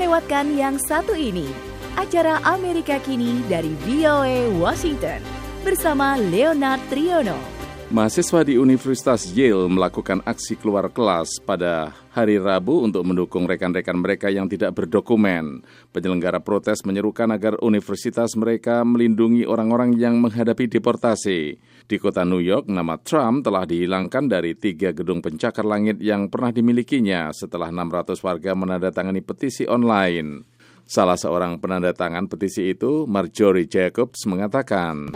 lewatkan yang satu ini. Acara Amerika Kini dari VOA Washington bersama Leonard Triono. Mahasiswa di Universitas Yale melakukan aksi keluar kelas pada hari Rabu untuk mendukung rekan-rekan mereka yang tidak berdokumen. Penyelenggara protes menyerukan agar universitas mereka melindungi orang-orang yang menghadapi deportasi. Di kota New York, nama Trump telah dihilangkan dari 3 gedung pencakar langit yang pernah dimilikinya setelah 600 warga menandatangani petisi online. Salah seorang penandatangan petisi itu, Marjorie Jacobs, mengatakan,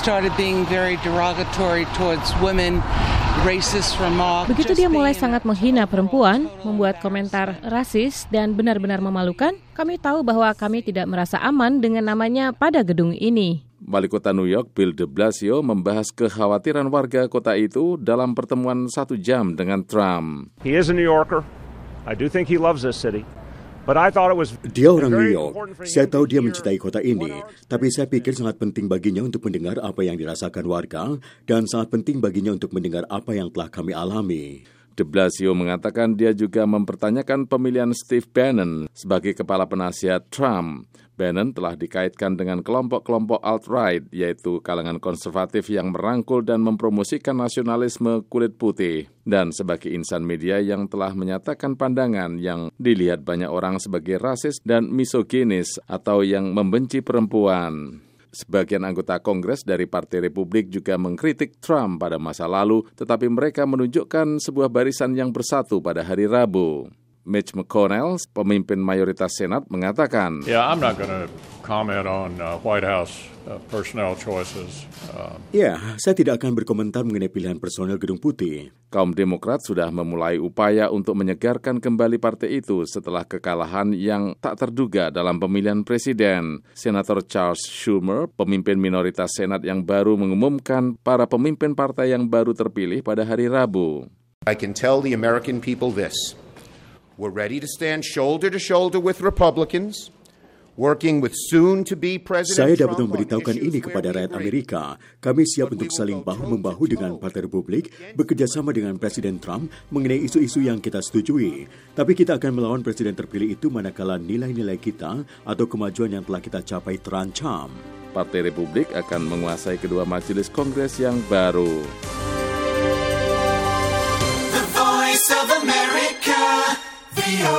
begitu dia mulai sangat menghina perempuan, membuat komentar rasis dan benar-benar memalukan, kami tahu bahwa kami tidak merasa aman dengan namanya pada gedung ini. Wali kota New York, Bill de Blasio, membahas kekhawatiran warga kota itu dalam pertemuan 1 jam dengan Trump. He is a New Yorker. I do think he loves this city. Dia orang New York. Saya tahu dia mencintai kota ini, tapi saya pikir sangat penting baginya untuk mendengar apa yang dirasakan warga dan sangat penting baginya untuk mendengar apa yang telah kami alami. De Blasio mengatakan dia juga mempertanyakan pemilihan Steve Bannon sebagai kepala penasihat Trump. Bannon telah dikaitkan dengan kelompok-kelompok alt-right, yaitu kalangan konservatif yang merangkul dan mempromosikan nasionalisme kulit putih, dan sebagai insan media yang telah menyatakan pandangan yang dilihat banyak orang sebagai rasis dan misoginis atau yang membenci perempuan. Sebagian anggota Kongres dari Partai Republik juga mengkritik Trump pada masa lalu, tetapi mereka menunjukkan sebuah barisan yang bersatu pada hari Rabu. Mitch McConnell, pemimpin mayoritas Senat, mengatakan, I'm not going to comment on White House personnel choices. Saya tidak akan berkomentar mengenai pilihan personel Gedung Putih. Kaum Demokrat sudah memulai upaya untuk menyegarkan kembali partai itu setelah kekalahan yang tak terduga dalam pemilihan presiden. Senator Charles Schumer, pemimpin minoritas Senat yang baru, mengumumkan para pemimpin partai yang baru terpilih pada hari Rabu. I can tell the American people this. We're ready to stand shoulder to shoulder with Republicans, working with soon-to-be President Trump. Saya dapat memberitahukan ini kepada rakyat Amerika. Kami siap untuk saling bahu-membahu dengan Partai Republik, bekerja sama dengan Presiden Trump mengenai isu-isu yang kita setujui. Tapi kita akan melawan Presiden terpilih itu manakala nilai-nilai kita atau kemajuan yang telah kita capai terancam. Partai Republik akan menguasai kedua majelis Kongres yang baru. The Voice of America.